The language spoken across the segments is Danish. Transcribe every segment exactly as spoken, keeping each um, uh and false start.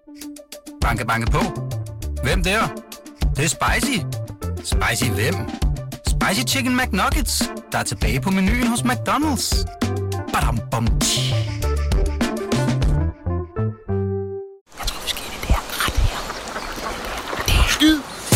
Banke, banke på. Hvem der? Det, det er spicy. Spicy hvem? Spicy Chicken McNuggets, der er tilbage på menuen hos McDonald's. Badum, bom, tji. Jeg tror, vi skal ind i det her ret her. Det er skyd.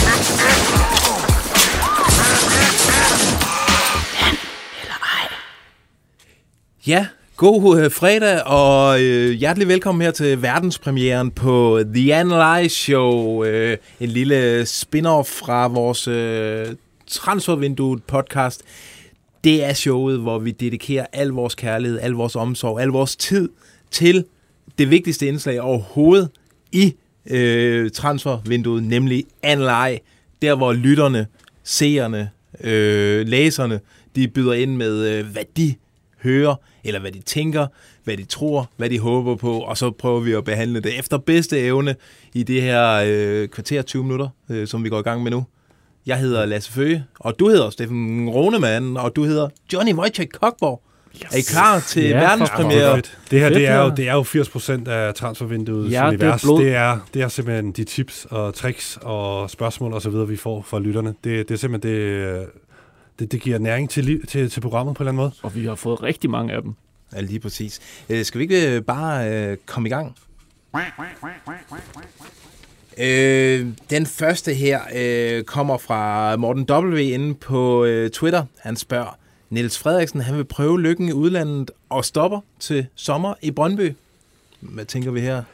Han eller ej. Ja, god øh, fredag, og øh, hjertelig velkommen her til verdenspremieren på The Analyze Show. Øh, en lille spin-off fra vores øh, Transfervinduet-podcast. Det er showet, hvor vi dedikerer al vores kærlighed, al vores omsorg, al vores tid til det vigtigste indslag overhovedet i øh, Transfervinduet, nemlig Analyze. Der, hvor lytterne, seerne, øh, læserne, de byder ind med, øh, hvad de hører, eller hvad de tænker, hvad de tror, hvad de håber på, og så prøver vi at behandle det efter bedste evne i det her øh, kvarter tyve minutter, øh, som vi går i gang med nu. Jeg hedder Lasse Føge, og du hedder Steffen Ronemann, og du hedder Johnny Wojciech Kokborg. Yes. Er I klar til ja, verdenspremiere? Det her, det er, jo, det er jo firs procent af Transfervinduets ja, univers. Det er, det, er, det er simpelthen de tips og tricks og spørgsmål og så videre, vi får fra lytterne. Det, det er simpelthen det... Det, det giver næring til, til, til programmet på en eller anden måde. Og vi har fået rigtig mange af dem. Ja, lige præcis. Øh, skal vi ikke bare øh, komme i gang? Øh, den første her øh, kommer fra Morten W. inde på øh, Twitter. Han spørger, Niels Frederiksen, han vil prøve lykken i udlandet og stopper til sommer i Brøndby. Hvad tænker vi her?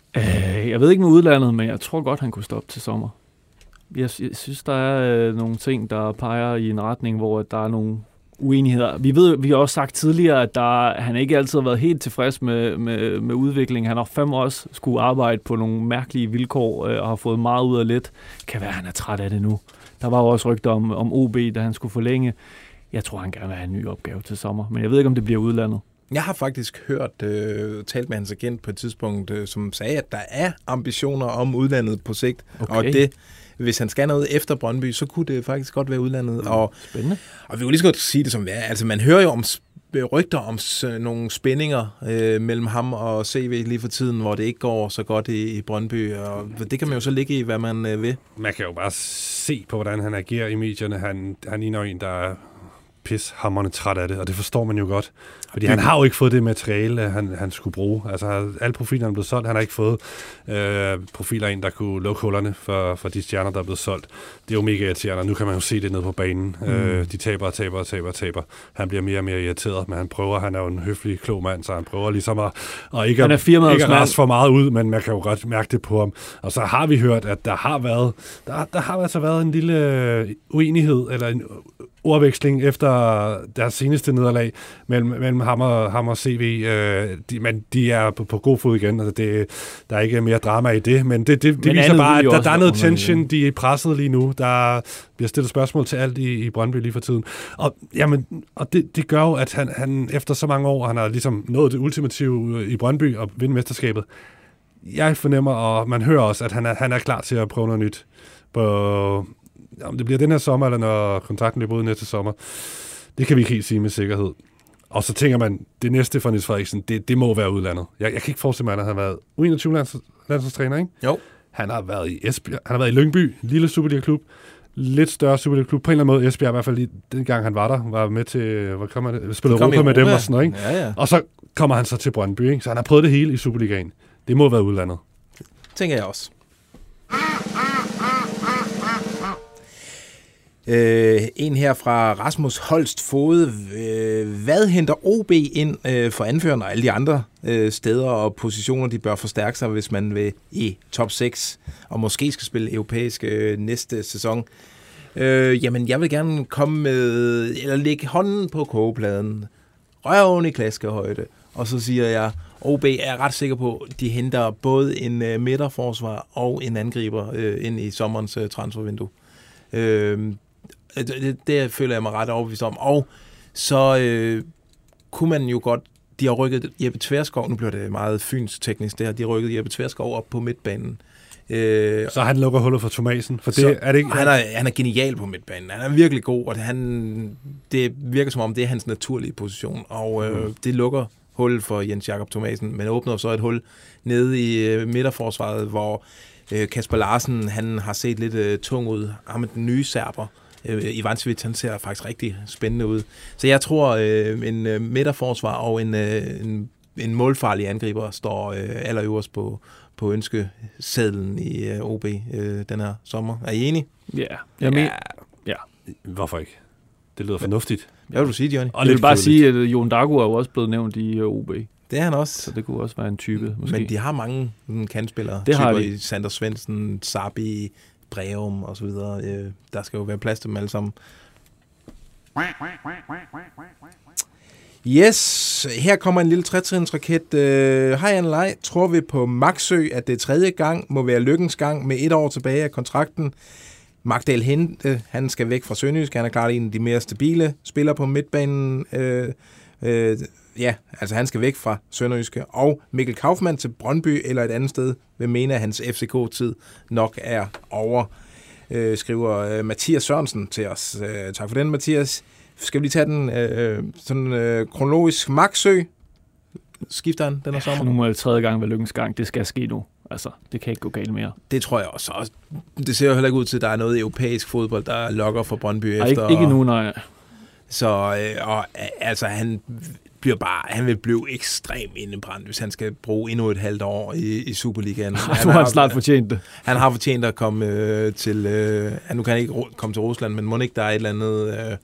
Øh, jeg ved ikke med udlandet, men jeg tror godt, han kunne stoppe til sommer. Jeg synes, der er øh, nogle ting, der peger i en retning, hvor der er nogle uenigheder. Vi ved, vi har også sagt tidligere, at der, han ikke altid har været helt tilfreds med, med, med udviklingen. Han har fem år skulle arbejde på nogle mærkelige vilkår øh, og har fået meget ud af lidt. Kan være, at han er træt af det nu. Der var jo også rygter om, om O B, da han skulle forlænge. Jeg tror, han gerne vil have en ny opgave til sommer, men jeg ved ikke, om det bliver udlandet. Jeg har faktisk hørt, øh, talt med hans agent på et tidspunkt, øh, som sagde, at der er ambitioner om udlandet på sigt, okay. Og det hvis han skal noget efter Brøndby, så kunne det faktisk godt være udlandet. Mm, og, spændende. Og vi kunne lige så godt sige det som det er. Altså, man hører jo om rygter om s- nogle spændinger øh, mellem ham og C V lige for tiden, hvor det ikke går så godt i, i Brøndby. Og det kan man jo så ligge i, hvad man øh, vil. Man kan jo bare se på, hvordan han agerer i medierne. Han, han ligner en, der er pishamrende træt af det, og det forstår man jo godt. Fordi han har jo ikke fået det materiale, han, han skulle bruge. Altså, alle profilerne er blevet solgt. Han har ikke fået øh, profiler ind, der kunne lukke hullerne for, for de stjerner, der er blevet solgt. Det er jo mega irriterende, nu kan man jo se det nede på banen. Mm. Øh, de taber og taber og taber og taber. Han bliver mere og mere irriteret, men han prøver, han er jo en høflig, klog mand, så han prøver ligesom at, og ikke, at, ikke at rase for meget ud, men man kan jo godt mærke det på ham. Og så har vi hørt, at der har været, der, der har altså været en lille uenighed, eller en ordveksling efter deres seneste nederlag mellem, mellem ham, og, ham og C V. Øh, de, men de er på, på god fod igen. Altså det, der er ikke mere drama i det, men det, det, det viser bare, at der, der er noget tension. De er presset lige nu. Der bliver stillet spørgsmål til alt i, i Brøndby lige for tiden. Og, jamen, og det, det gør jo, at han, han efter så mange år, han har ligesom nået det ultimative i Brøndby og vinde mesterskabet. Jeg fornemmer, og man hører også, at han er, han er klar til at prøve noget nyt på... Om det bliver den her sommer, eller når kontrakten bliver ud næste sommer, det kan vi ikke helt sige med sikkerhed. Og så tænker man, det næste for Niels Frederiksen, det, det må være udlandet. Jeg, jeg kan ikke forestille mig, at han har været U enogtyve landsholdstræner, ikke? Jo. Han har været i Esbjerg, han har været i Lyngby, lille Superliga-klub, lidt større Superliga-klub, på en eller anden måde Esbjerg, i hvert fald lige den gang han var der, var med til, hvad kommer det, spillede Europa med dem og sådan noget, ikke? Ja, ja. Og så kommer han så til Brøndby, ikke? Så han har prøvet det hele i Superligaen. Det må være udlandet. Tænker jeg også. Øh, en her fra Rasmus Holst Fode. Øh, hvad henter O B ind øh, for anføreren og alle de andre øh, steder og positioner, de bør forstærke sig, hvis man vil i top seks og måske skal spille europæisk øh, næste sæson? Øh, jamen, jeg vil gerne komme med, eller lægge hånden på kogepladen, røven i klaskehøjde, og så siger jeg, O B er ret sikker på, at de henter både en øh, midterforsvar og en angriber øh, ind i sommerens øh, transfervindue. Øh, Det, det føler jeg mig ret overbevist om. Og så øh, kunne man jo godt... De har rykket Jeppe Tverskov... Nu bliver det meget fynsteknisk, det her. De har rykket Jeppe Tverskov op på midtbanen. Øh, så han lukker hullet for Thomasen? For det, så, er det ikke, han, er, han er genial på midtbanen. Han er virkelig god, og han, det virker som om, det er hans naturlige position. Og øh, mm. det lukker hul for Jens Jakob Thomasen, men åbner så et hul nede i øh, midterforsvaret, hvor øh, Kasper Larsen, han har set lidt øh, tung ud. Ham med den nye serber. Øh, Ivancevic, han ser faktisk rigtig spændende ud. Så jeg tror, øh, en øh, midterforsvar og en, øh, en, en målfarlig angriber står øh, allerøverst på, på ønskesedlen i øh, O B øh, den her sommer. Er I enige? Ja, jeg mener... Ja. Hvorfor ikke? Det lyder fornuftigt. Hvad vil du sige, Johnny? Og jeg vil bare sige, at Jon Dago er jo også blevet nævnt i O B. Det er han også. Så det kunne også være en type, måske. Men de har mange kandspillere. Det har de. I Sander Svendsen, Sabi, Breum og så videre. Der skal jo være plads til dem alle sammen. Yes, her kommer en lille tretrinsraket. Hej Anne Lej, tror vi på Maxø, at det tredje gang må være lykkens gang med et år tilbage af kontrakten. Magdal Hente, han skal væk fra Sønderjysk. Han er klart en af de mere stabile spillere på midtbanen. Øh, øh, ja, altså han skal væk fra Sønderjyske. Og Mikkel Kaufmann til Brøndby eller et andet sted vil mene, at hans F C K-tid nok er over. Øh, skriver øh, Mathias Sørensen til os. Øh, tak for den, Mathias. Skal vi lige tage den øh, sådan øh, kronologisk? Maxø, skifter han den her sommer? Nu må det tredje gang være lykkens gang. Det skal ske nu. Altså, det kan ikke gå galt mere. Det tror jeg også. Og det ser jo heller ikke ud til, at der er noget europæisk fodbold, der lokker for Brøndby Ej, efter. Ikke, ikke nu, nej. Så øh, og, altså, han bliver bare, han vil blive ekstremt indebrændt, hvis han skal bruge endnu et halvt år i, i Superligaen. Han har han snart fortjent det. Han har fortjent at komme øh, til, øh, nu kan han ikke komme til Rusland, men må ikke der er et eller andet... Øh,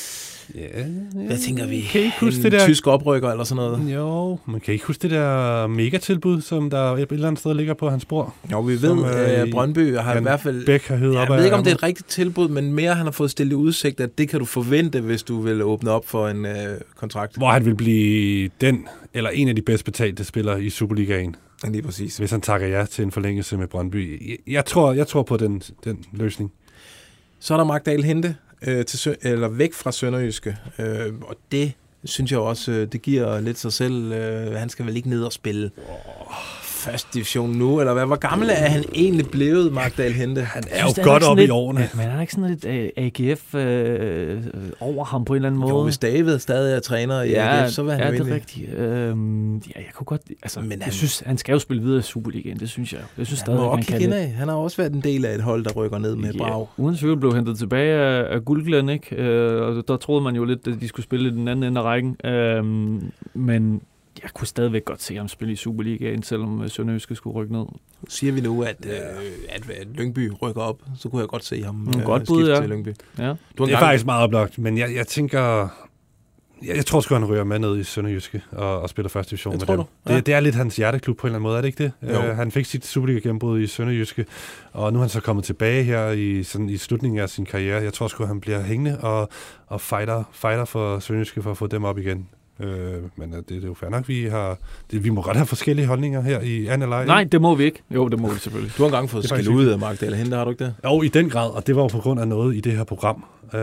Ja, Hvad tænker vi? Kan I ikke huske en det der? Tysk oprykker eller sådan noget? Jo, man kan ikke huske det der megatilbud, som der et eller andet sted ligger på hans bord. Jo, vi ved, at øh, Brøndby har Jan i hvert fald... Bæk har høvet ja, op jeg ved ikke, om af det er et rigtigt tilbud, men mere han har fået stillet i udsigt, at det kan du forvente, hvis du vil åbne op for en øh, kontrakt. Hvor han vil blive den, eller en af de bedst betalte spillere i Superligaen. Lige præcis. Hvis han takker ja til en forlængelse med Brøndby. Jeg, jeg, tror, jeg tror på den, den løsning. Så er der Magdal Hente. Øh, til Sø- eller væk fra Sønderjyske, øh, og det synes jeg også, øh, det giver lidt sig selv. Øh, han skal vel ikke ned og spille oh. første division nu, eller hvad? Hvor gammel er han egentlig blevet, Magdal Hente? Han er jo godt oppe i årene. Men han er ikke sådan lidt uh, A G F øh, over ham på en eller anden måde? Jo, hvis David stadig er træner i ja, A G F, så vil han ja, jo det er rigtigt. Øhm, ja, jeg kunne godt... Altså, men han, jeg synes, han skal jo spille videre i Superligaen, det synes jeg. Jeg synes stadig, han, han kan det. Han har også været en del af et hold, der rykker ned med ja, brag. Uden tvivl blev hentet tilbage af, af Guldglen, ikke? Øh, og der troede man jo lidt, at de skulle spille i den anden ende af rækken. Øhm, men... Jeg kunne stadigvæk godt se ham spille i Superligaen, selvom Sønderjyske skulle rykke ned. Siger vi nu, at, øh, at, at Lyngby rykker op, så kunne jeg godt se ham mm, øh, godt bud, skifte ja. til Lyngby. Ja. Det er gang... faktisk meget oplagt, men jeg, jeg tænker... Jeg, jeg tror sgu, han ryger med ned i Sønderjyske og, og spiller første division med dem. Ja. Det, det er lidt hans hjerteklub på en eller anden måde, er det ikke det? Uh, han fik sit Superliga-gennembrud i Sønderjyske, og nu er han så kommet tilbage her i, sådan, i slutningen af sin karriere. Jeg tror sgu, han bliver hængende og, og fighter, fighter for Sønderjyske for at få dem op igen. Øh, men det, det er jo fair nok, vi har... Det, vi må godt have forskellige holdninger her i Anne Leje. Nej, det må vi ikke. Jo, det må vi selvfølgelig. Du har engang fået skilt ud af Magdal Hente, har du ikke det? Jo, i den grad, og det var jo på grund af noget i det her program. Øh,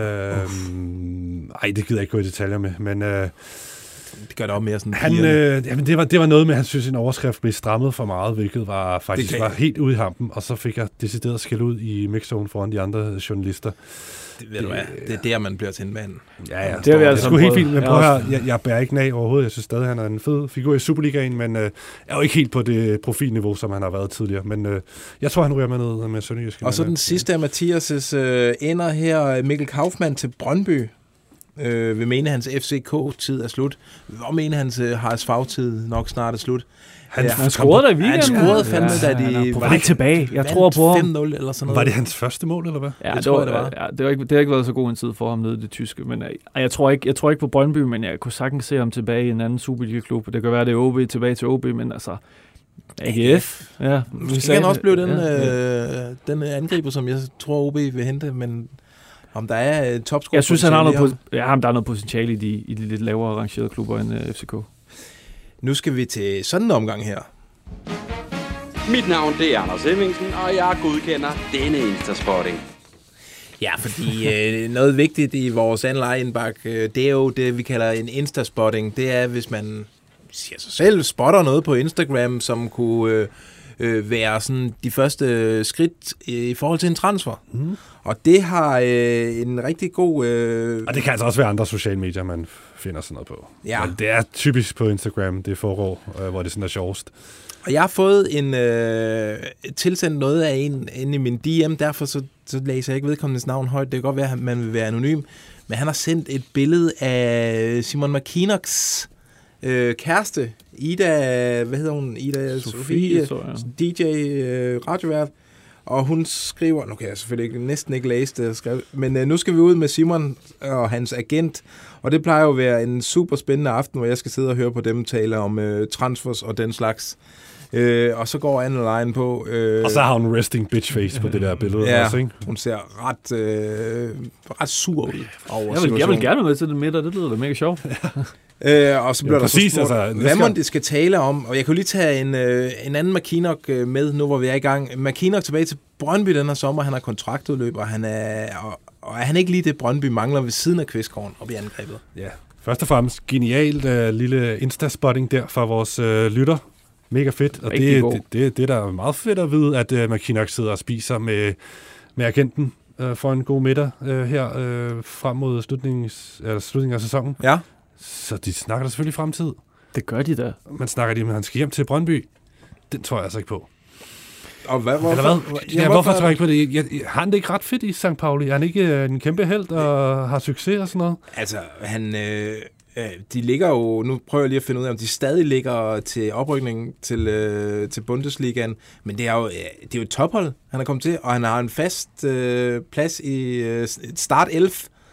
ej, det gider jeg ikke gå i detaljer med, men... Øh, det gør det også mere sådan... Han, øh, jamen det, var, det var noget med, at han synes, at en overskrift blev strammet for meget, hvilket var faktisk var helt ude i hampen, og så fik jeg decideret skæld ud i mixzone foran de andre journalister. Det, ved det, du hvad, det er der, man bliver til en mand. Ja, ja. Det er, det er sgu helt fint, men prøv her, jeg, jeg bærer ikke af overhovedet. Jeg synes stadig, han er en fed figur i Superligaen, men øh, er jo ikke helt på det profilniveau, som han har været tidligere. Men øh, jeg tror, han ryger med ned med Sønderjyske. Og så den sidste af Mathias' øh, ender her, Mikkel Kaufmann til Brøndby. Øh, vil mene, hans F C K-tid er slut. Hvor mener hans øh, H S V-tid nok snart er slut? Han, ja, han scorede da i weekenden. Han scorede fandme, ja, da de... Var det tilbage? Jeg tror på ham. fem nul eller sådan noget. Var det hans første mål, eller hvad? Ja, det, det tror var, jeg, det var. Ja, det, var ikke, det har ikke været så god en tid for ham nede i det tyske. Men jeg, jeg, tror ikke, jeg tror ikke på Brøndby, men jeg kunne sagtens se ham tilbage i en anden Superliga-klub. Det kan være, det er O B tilbage til O B, men altså... A G F. Ja, vi kan han også blive den, ja. øh, den angriber, som jeg tror, O B vil hente, men... Om der er topscorer... Jeg synes, han har noget, ja, der er noget potentiale i de, i de lidt lavere rangerede klubber end uh, F C K. Nu skal vi til sådan en omgang her. Mit navn det er Anders Hemmingsen, og jeg godkender denne Instaspotting. Ja, fordi øh, noget vigtigt i vores online-indbak, øh, det er jo det, vi kalder en Instaspotting. Det er, hvis man siger sig selv, spotter noget på Instagram, som kunne... Øh, øh, være sådan de første skridt i forhold til en transfer. Mm. Og det har øh, en rigtig god... Øh... Og det kan altså også være andre sociale medier, man finder sådan noget på. Ja. Men det er typisk på Instagram, det foregår, øh, hvor det sådan er sjovest. Og jeg har fået en øh, tilsendt noget af en inde i min D M, derfor så, så læser jeg ikke vedkommendes navn højt. Det kan godt være, at man vil være anonym. Men han har sendt et billede af Simon McKinnock's øh, kæreste, Ida, hvad hedder hun? Ida Sofie, Sofie D J, øh, radiovært. Og hun skriver, nu kan jeg selvfølgelig ikke, næsten ikke læse det, skrev, men øh, nu skal vi ud med Simon og hans agent. Og det plejer jo at være en super spændende aften, hvor jeg skal sidde og høre på dem tale om øh, transfers og den slags. Øh, og så går Anne Line på... Øh, og så har hun resting bitch face på det der billede ja, også, ikke? Hun ser ret, øh, ret sur ud over jeg vil, jeg vil gerne være med til det middag, det lyder da mega sjovt. øh, og så bliver ja, der præcis, så spurgt, altså, hvad man det skal tale om. Og jeg kan jo lige tage en, øh, en anden McKinnock med, nu hvor vi er i gang. McKinnock tilbage til Brøndby den her sommer. Han har kontraktudløb, og han er, og, og er han ikke lige det, Brøndby mangler ved siden af Kvistgården op i angrebet? Ja, først og fremmest genialt uh, lille Insta-spotting der fra vores uh, lytter. Mega fedt, og det, det, det, det er da meget fedt at vide, at uh, McKinnock sidder og spiser med, med agenten uh, for en god middag uh, her uh, frem mod slutningen, uh, slutningen af sæsonen. Ja. Så de snakker da selvfølgelig i fremtid. Det gør de da. Man snakker de om, at han skal hjem til Brøndby. Den tror jeg altså ikke på. Og hvad, hvorfor? Eller hvad? Ja, ja, hvorfor tror jeg ikke på det? Jeg, jeg, har han det ikke ret fedt i Sankt Pauli? Er han ikke uh, en kæmpe helt og har succes og sådan noget? Altså, han... Øh de ligger jo, nu prøver jeg lige at finde ud af, om de stadig ligger til oprykning til, øh, til Bundesligaen, men det er jo, det er jo et tophold, han er kommet til, og han har en fast øh, plads i øh, start elleve,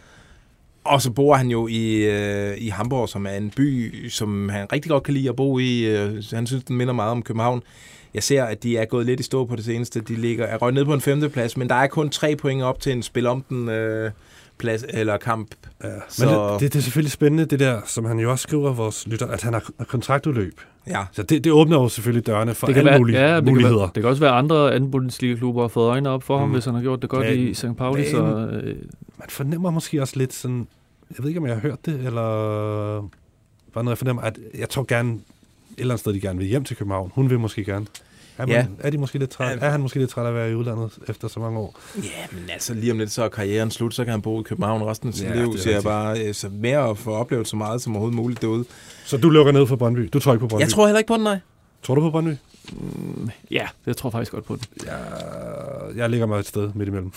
og så bor han jo i, øh, i Hamburg, som er en by, som han rigtig godt kan lide at bo i. Øh, han synes, den minder meget om København. Jeg ser, at de er gået lidt i stå på det seneste. De ligger, er røget ned på en femteplads, men der er kun tre point op til en spil om den øh, plads, eller kamp. Ja, så... Men det, det, det er selvfølgelig spændende, det der, som han jo også skriver vores lytter, at han har kontraktudløb. Ja. Så det, det åbner jo selvfølgelig dørene for det alle være, mulige ja, det muligheder. Kan være, det kan også være, at andre anden Bundesliga-klubber har fået øjnene op for ham, mm. hvis han har gjort det godt men, i Sankt Pauli. Men, så, øh... man fornemmer måske også lidt sådan, jeg ved ikke, om jeg har hørt det, eller bare noget, jeg fornemmer, at jeg tror gerne, et eller andet sted, de gerne vil hjem til København. Hun vil måske gerne. Er, man, ja. er, de måske lidt træt, er han måske lidt træt af at være i udlandet efter så mange år? Ja, men altså lige om lidt, så er karrieren slut, så kan han bo i København resten af sit ja, liv, så jeg bare så mere at få oplevet så meget som overhovedet muligt derude. Så du lukker ned for Brøndby? Du tror ikke på Brøndby? Jeg tror heller ikke på den, nej. Tror du på Brøndby? Mm, ja, jeg tror faktisk godt på den. Ja, jeg ligger mig et sted midt imellem.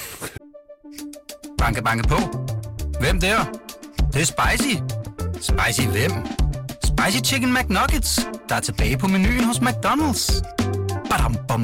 Banke, banke på. Hvem der? Det, det er spicy. Spicy hvem? Spicy Chicken McNuggets, der er tilbage på menuen hos McDonald's. Badum, bom,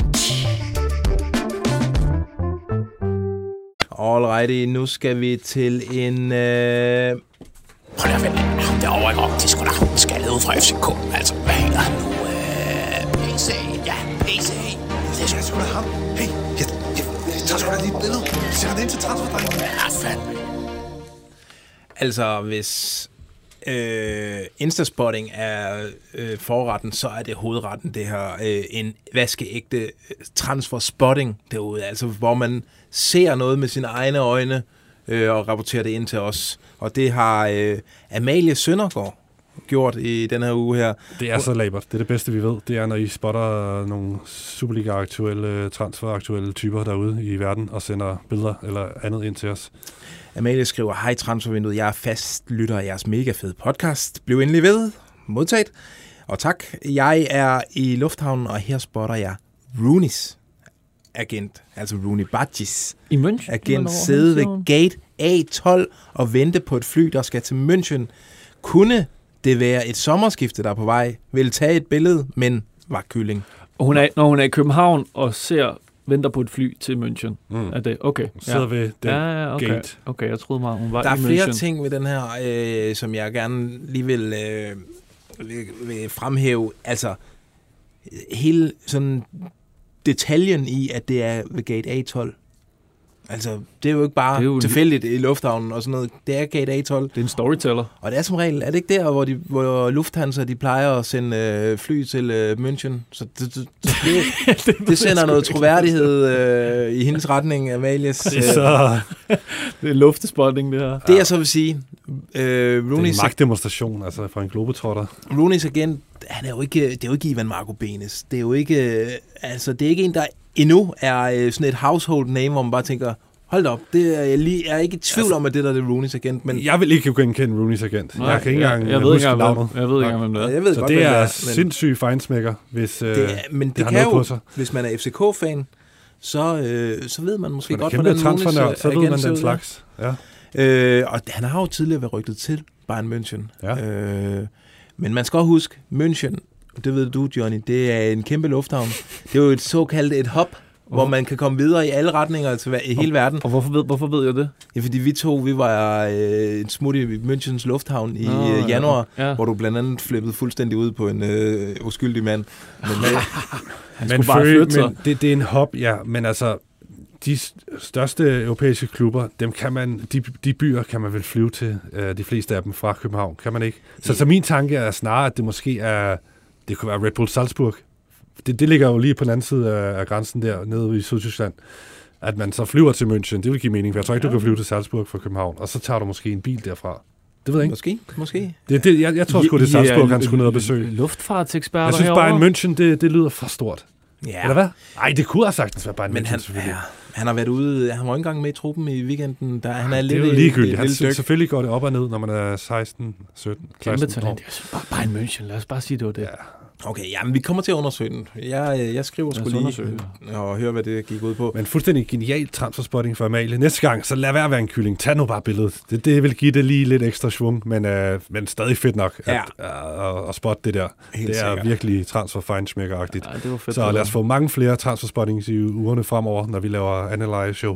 Alrighty, nu skal vi til en... Øh... Hold da, vent. Derovre ikke om, de skulle da skaldet ud fra F C K. Altså, hvad hedder han nu? Øh, P C. Ja, P C. Det skal sgu da ham. Hey, jeg, jeg, jeg tager sgu da lige et billede. Sætter det ind til transferdrengen. Ja, fandme. Altså, hvis... Øh, Instaspotting er øh, forretten, så er det hovedretten, det her øh, en vaskeægte transfer-spotting derude, altså hvor man ser noget med sine egne øjne øh, og rapporterer det ind til os. Og det har øh, Amalie Søndergaard gjort i den her uge her. Det er så labert. Det er det bedste, vi ved. Det er, når I spotter nogle Superliga-aktuelle, transfer-aktuelle typer derude i verden og sender billeder eller andet ind til os. Amalie skriver, hej transfervinduet, jeg er fast lytter af jeres mega fede podcast. Bliv endelig ved. Modtaget. Og tak. Jeg er i lufthavnen, og her spotter jeg Rooney's agent, altså Rooney Badgis i München. Agent sidde ved gate A tolv og vente på et fly, der skal til München. Kunne det være et sommerskifte, der er på vej? Vil tage et billede, men var kylling. Og hun er, når hun er i København og ser venter på et fly til München. Mm. Er det okay? Sidder ja. ved den ja, ja, okay. gate. Okay, jeg troede meget, hun var der i er flere München. ting ved den her, øh, som jeg gerne lige vil, øh, vil, vil fremhæve. Altså, hele sådan detaljen i, at det er ved gate A tolv. Altså, det er jo ikke bare jo tilfældigt i lufthavnen og sådan noget. Det er Gate A tolv. Det er en storyteller. Og det er som regel, er det ikke der, hvor, de, hvor Lufthansa de plejer at sende øh, fly til øh, München? Så det, det, det, det, det sender noget troværdighed øh, i hendes retning, Amalies. Det er så... det er luftespotting, det her. Det jeg så vil sige... Øh, det er en magtdemonstration, altså fra en globetrotter. Rooney's agent, han er jo ikke, det er jo ikke Ivan Marco Benes. Det er jo ikke, altså det er ikke en, der endnu er sådan et household name, hvor man bare tænker, hold op, det er, jeg, lige, jeg er ikke i tvivl altså, om, at det der er Rooney's agent. Men jeg vil ikke genkende Rooney's agent. Nej, jeg kan ikke engang jeg, jeg huske navnet. Jeg ved ikke engang, hvem det er. Jeg ved så godt, det er, er sindssygt fejnsmækker, hvis det, er, men det, det har kan noget jo, på sig. Hvis man er F C K-fan, så, øh, så ved man måske godt, hvordan Rooney's agent så ved man den slags. Ja. Øh, og han har jo tidligere været rygtet til Bayern München. Ja. Øh, men man skal også huske, München, det ved du, Johnny, det er en kæmpe lufthavn. Det er jo et såkaldt et hop, hvor man kan komme videre i alle retninger til i hele verden. Og hvorfor ved, hvorfor ved jeg det? Ja, fordi vi to, vi var øh, et smut i Münchens lufthavn i oh, øh, januar, ja. Ja. Hvor du blandt andet flippede fuldstændig ud på en øh, uskyldig mand. Men, øh, han skulle men bare flytte sig. Det, det er en hop, ja, men altså... De største europæiske klubber, dem kan man, de, de byer kan man vel flyve til, øh, de fleste af dem fra København, kan man ikke? Så, så min tanke er snarere, at det måske er, det kunne være Red Bull Salzburg. Det, det ligger jo lige på den anden side af, af grænsen der, nede i Sydtyskland. At man så flyver til München, det vil give mening, for jeg tror ikke, du kan flyve til Salzburg fra København, og så tager du måske en bil derfra. Det ved jeg ikke. Måske, måske. Det, det, jeg, jeg tror sgu, det er Salzburg, han skulle ned og besøge. Luftfartseksperter Jeg synes bare, en München, det, det lyder for stort. Ja. Eller hvad? Nej, det kunne have sagtens være bare en Men han, ja, han har været ude, han var ikke engang med i truppen i weekenden. Der, han er, er lidt det er jo ligegyldigt. Han, dyk. selvfølgelig går det op og ned, når man er seksten, sytten, Kæmpe talent. Bare, bare en München, lad os bare sige, det var det. Ja. Okay, ja, men vi kommer til at undersøge den. Jeg, jeg skriver sgu lige og hører, hvad det gik ud på. Men fuldstændig genial transferspotting for Amalie. Næste gang, så lad være at være en kylling. Tag nu bare billedet. Det, det vil give det lige lidt ekstra svung, men, øh, men stadig fedt nok at, ja. at, at spotte det der. Helt det er sikkert. Virkelig transfer-fejnsmækker-agtigt. Ja, det var fedt, så lad os få mange flere transferspottings i ugerne fremover, når vi laver Analyze-show.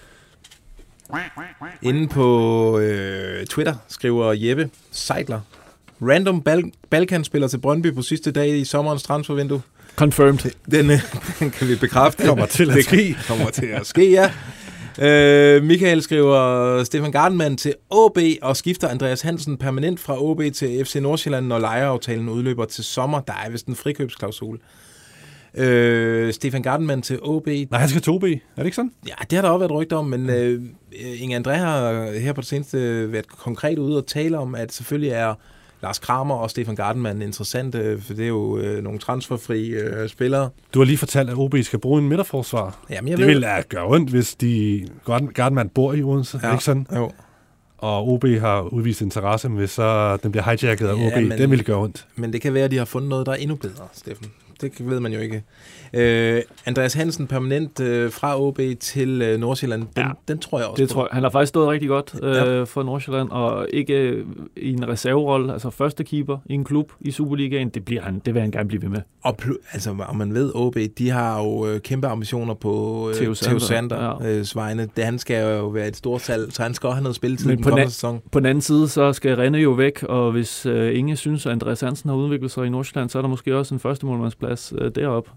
Inde på øh, Twitter skriver Jeppe Seidler: Random Bal- Balkan-spiller til Brøndby på sidste dag i sommerens transfervindue. Confirmed. Den, den kan vi bekræfte. Det kommer til at ske. Det kommer til at ske, ja. Øh, Michael skriver: Stefan Gardenman til A B og skifter Andreas Hansen permanent fra A B til F C Nordsjælland, når lejeaftalen udløber til sommer. Der er vist en frikøbsklausul. Øh, Stefan Gardenman til A B. Nej, han skal til O B. Er det ikke sådan? Ja, det har der også været rygter om, men øh, Inge André har her på det seneste været konkret ude og tale om, at selvfølgelig er Lars Kramer og Stefan Gardenman interessante, for det er jo øh, nogle transferfri øh, spillere. Du har lige fortalt, at O B skal bruge en midterforsvar. Jamen, jeg det ved... vil da gøre ondt, hvis de Gardenman bor i Odense, ja. Ikke sådan? Jo. Og O B har udvist interesse, hvis så den bliver hijacket af ja, O B. Men, det vil gøre ondt. Men det kan være, at de har fundet noget, der er endnu bedre, Steffen. Det ved man jo ikke. Øh, Andreas Hansen permanent øh, fra O B til øh, Nordsjælland, den, ja, den tror jeg også det på. Tror jeg. Han har faktisk stået rigtig godt øh, ja. for Nordsjælland, og ikke øh, i en reserverolle, altså første keeper i en klub i Superligaen. Det bliver han, det vil han gerne blive ved med. Og pl- altså, om man ved, O B, de har jo øh, kæmpe ambitioner på øh, Theo Sander, Sander ja. øh, vegne. Det, han skal jo være et stort salg, så han skal også have noget spilletid den kommende sæson. På den anden side, så skal Rene jo væk, og hvis øh, Inge synes, at Andreas Hansen har udviklet sig i Nordsjælland, så er der måske også en første målmandsplads øh, deroppe.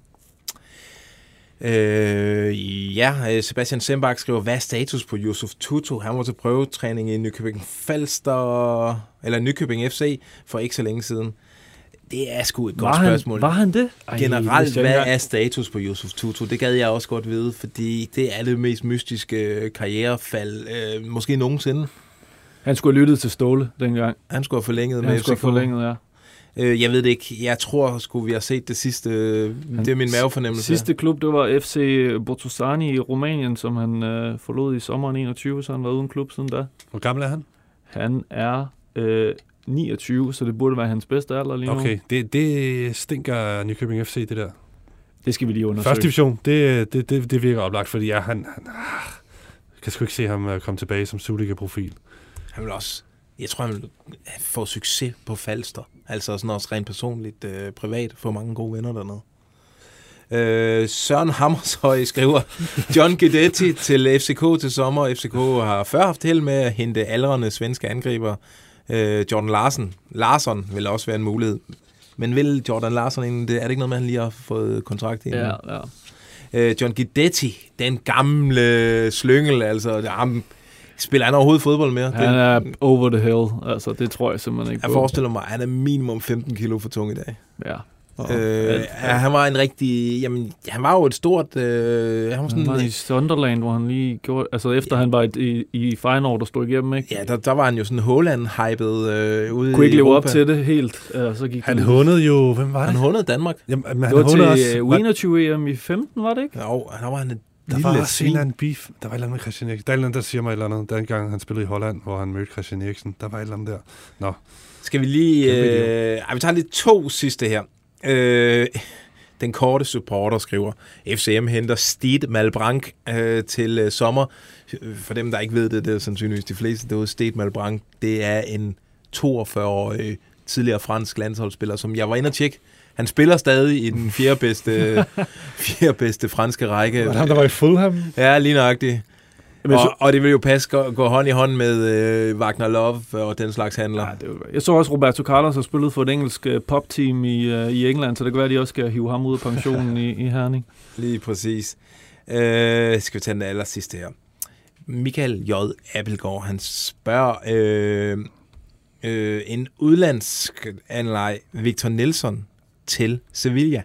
Øh, ja, Sebastian Sembach skriver: hvad er status på Yusuf Tutu? Han var til prøvetræning i Nykøbing Falster, eller Nykøbing F C for ikke så længe siden. Det er sgu et godt var spørgsmål. Han, var han det? Ej, generelt, hvad er status på Yusuf Tutu? Det gad jeg også godt vide, fordi det er det mest mystiske karrierefald, øh, måske nogensinde. Han skulle have lyttet til Ståle dengang. Han skulle have forlænget ja, med F C K. Han skulle have forlænget, ja. Øh, jeg ved det ikke. Jeg tror, skulle vi have set det sidste. Han, det er min mavefornemmelse. Sidste klub, det var F C Botoșani i Rumænien, som han øh, forlod i sommeren enogtyve, så han var uden klub siden da. Hvor gammel er han? Han er øh, niogtyve, så det burde være hans bedste alder lige nu. Okay, det, det stinker Nykøbing F C, det der. Det skal vi lige undersøge. Første division, det, det, det, det virker oplagt, fordi ja, han, han ah, kan sgu ikke se ham komme tilbage som Superliga-profil. Han vil også, jeg tror, han vil få succes på Falster. Altså sådan også rent personligt, øh, privat, få mange gode venner dernede. Øh, Søren Hammershøj skriver: John Guidetti til F C K til sommer. F C K har før haft held med at hente aldrende svenske angriber. Øh, Jordan Larsen. Larsson vil også være en mulighed. Men vil Jordan Larsson egentlig, det er det ikke noget med, han lige har fået kontrakt i? Ja, ja. Øh, John Guidetti, den gamle slyngel, altså ham, spiller han overhovedet fodbold mere? Han er over the hill, altså det tror jeg simpelthen ikke jeg på. Jeg forestiller mig, at han er minimum femten kilo for tung i dag. Ja. Øh, ja, han var en rigtig, jamen, han var jo et stort, øh, han var sådan... Han var i Sunderland, hvor han lige gjorde, altså efter ja. han var i, i, i Feyenoord, der stod igennem, ikke? Ja, der, der var han jo sådan Haaland-hypet øh, ude kunne ikke i leve Europa. op til det helt. Ja, så gik han hundede jo, hvem var det? Han hundede Danmark. Jamen, men han det var til også, U enogtyve E M i femten, var det ikke? Ja, der var han et der lille var også svin. en beef. Der var et eller andet med Christian Eriksen. Der er et eller andet, der siger mig et eller andet. Den gang han spillede i Holland, hvor han mødte Christian Eriksen. Der var et eller andet der. Nå. Skal vi lige... Øh, ej, vi tager lige to sidste her. Øh, den korte supporter skriver, F C M henter Stede Malbranc øh, til øh, sommer. For dem, der ikke ved det, det er sandsynligvis de fleste derude. Stede Malbranc, det er en toogfyrre-årig tidligere fransk landsholdsspiller, som jeg var inde og tjekke. Han spiller stadig i den fjerde bedste, fjerde bedste franske række. Var det ham, der var i Fulham? Ja, lige nøjagtigt. Og, og det vil jo passe gå, gå hånd i hånd med øh, Wagner Love og den slags handler. Ja, det var, jeg så også Roberto Carlos har spillet for et engelsk uh, popteam i, uh, i England, så det kan være, at de også skal hive ham ud af pensionen i, i Herning. Lige præcis. Øh, skal vi tage den aller sidste her. Michael J. Appelgaard, han spørger øh, øh, en udlandsk anleg Victor Nelson til Sevilla.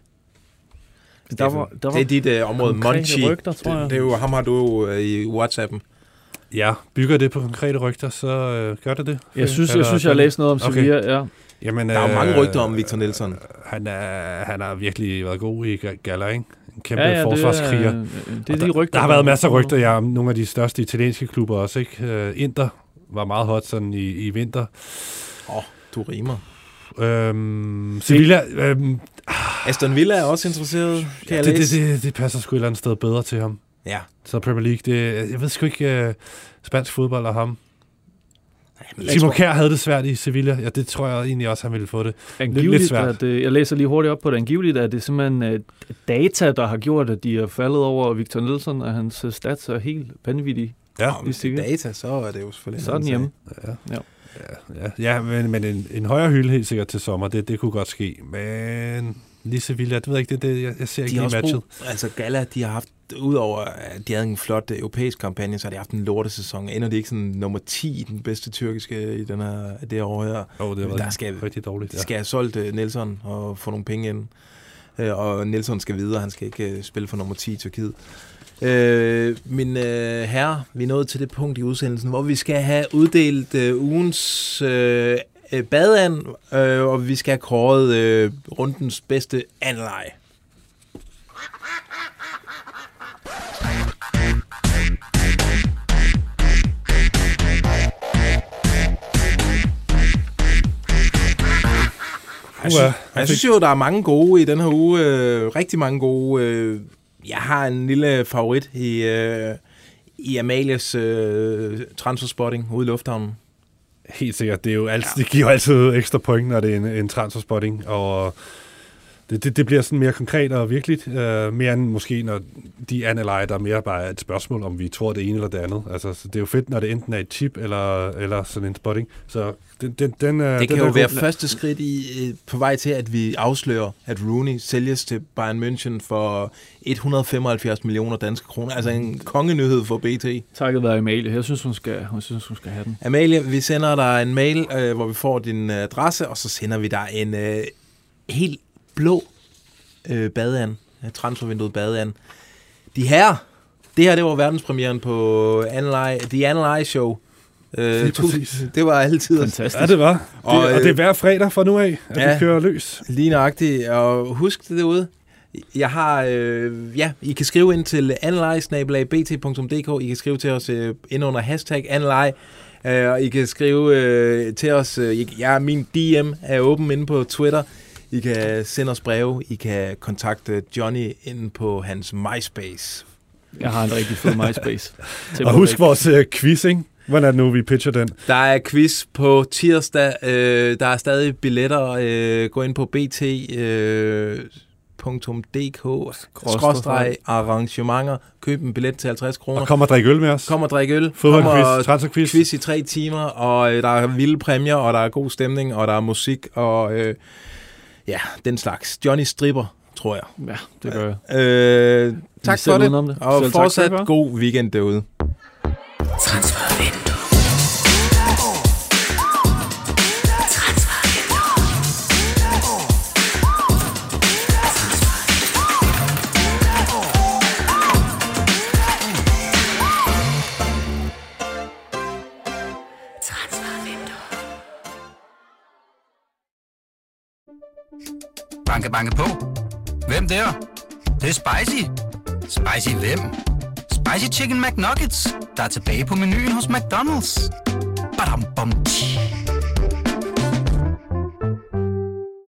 Der var, der var det er dit øh, område, Monchi. Rygter, tror jeg. Det, det er jo ham, har du jo øh, i WhatsAppen. Ja, bygger det på konkrete rygter, så øh, gør det det. Jeg synes, jeg, synes, jeg har læst noget om okay. Sevilla, ja. Jamen, der er jo mange rygter om Victor Nelson. Øh, han, er, han har virkelig været god i Gala, ikke? En kæmpe ja, ja, forsvarskriger. Det er, det er de rygter. Der, der har været masser af rygter, ja, om nogle af de største italienske klubber også, ikke? Uh, Inter var meget hot sådan i, i vinter. Åh, oh, du rimer. Øhm, Sevilla... Øhm, Aston Villa er også interesseret, kan ja, jeg det, læse. det, det, det passer sgu et eller andet sted bedre til ham. Ja. Så Premier League, det, jeg ved sgu ikke, uh, spansk fodbold og ham. Nej, Simon Kjær havde det svært i Sevilla. Ja, det tror jeg egentlig også, han ville få det. Angiveligt, lidt svært. At, uh, jeg læser lige hurtigt op på det. Angiveligt er det simpelthen uh, data, der har gjort, at de er faldet over Victor Nelson, og hans uh, stats er helt vanvittige. Ja, hvis det er data, så er det jo selvfølgelig... Så er den hjemme. Ja, ja. ja, ja. ja men, men en, en højere hylde helt sikkert til sommer, det, det kunne godt ske. Men lige Sevilla, det ved jeg ikke, det, det, jeg, jeg ser de ikke lige matchet. Brug, altså Gala, de har haft, udover at de havde en flot europæisk kampagne, så har de haft en lortesæson. Ender de ikke sådan nummer ti i den bedste tyrkiske i den her, det år her? Åh, oh, det var der skal, rigtig dårligt. De skal ja. have solgt uh, Nelson og få nogle penge ind. Uh, og Nelson skal videre, han skal ikke uh, spille for nummer ti i Tyrkiet. Uh, min uh, herre, vi er nået til det punkt i udsendelsen, hvor vi skal have uddelt uh, ugens uh, badeand, uh, og vi skal have kåret uh, rundens bedste anleje. Jeg synes, jeg synes jo, der er mange gode i den her uge. Øh, rigtig mange gode. Øh, jeg har en lille favorit i, øh, i Amalias øh, transferspotting ude i lufthavnen. Helt sikkert. Det, er jo altid, ja. Det giver jo altid ekstra point, når det er en, en transferspotting. Og det, det, det bliver sådan mere konkret og virkeligt. Øh, mere end måske, når de analyser, der mere bare er et spørgsmål, om vi tror det ene eller det andet. Altså, så det er jo fedt, når det enten er et chip eller, eller sådan en spotting. Så den, den, den, det den kan jo god. være første skridt i, på vej til, at vi afslører, at Rooney sælges til Bayern München for et hundrede og femoghalvfjerds millioner danske kroner. Altså en kongenyhed for B T. Takket være Amalie. Jeg synes, hun skal, hun synes, hun skal have den. Amalie, vi sender dig en mail, øh, hvor vi får din adresse, og så sender vi dig en øh, helt blå øh, badeand. Transfervinduet badeand. De her, det her, det var verdenspremieren på Analy, The Analyze Show. Øh, det var altid fantastisk. Ja, det var. Og, det, og det er hver fredag fra nu af, at ja, vi kører løs. Lige nøjagtigt. Og husk det derude. Jeg har, øh, ja, I kan skrive ind til analyze snabel-a b t punktum d k. I kan skrive til os øh, ind under hashtag analyze. Øh, og I kan skrive øh, til os, øh, ja, min D M er åben inde på Twitter. I kan sende os breve. I kan kontakte Johnny inde på hans MySpace. Jeg har en rigtig fed MySpace. Og husk vores øh, quiz, ikke? Hvordan er det nu, vi pitcher den? Der er quiz på tirsdag. Øh, der er stadig billetter. Øh, gå ind på bt punktum d k skråstreg arrangementer. Køb en billet til halvtreds kroner. Og kom og drik øl med os. Kom og drik øl. Fodboldquiz, transferquiz. Quiz i tre timer, og øh, der er vilde præmier, og der er god stemning, og der er musik, og øh, ja, den slags. Johnny stripper, tror tror jeg. Ja, det gør jeg. Øh, tak for det, det. og Selv fortsat tak, god weekend derude. Transfervindue. Banke, banke på. Hvem der? Det, det er spicy. Spicy hvem? Spicy Chicken McNuggets, der er tilbage på menuen hos McDonald's. Badum, bom, tji.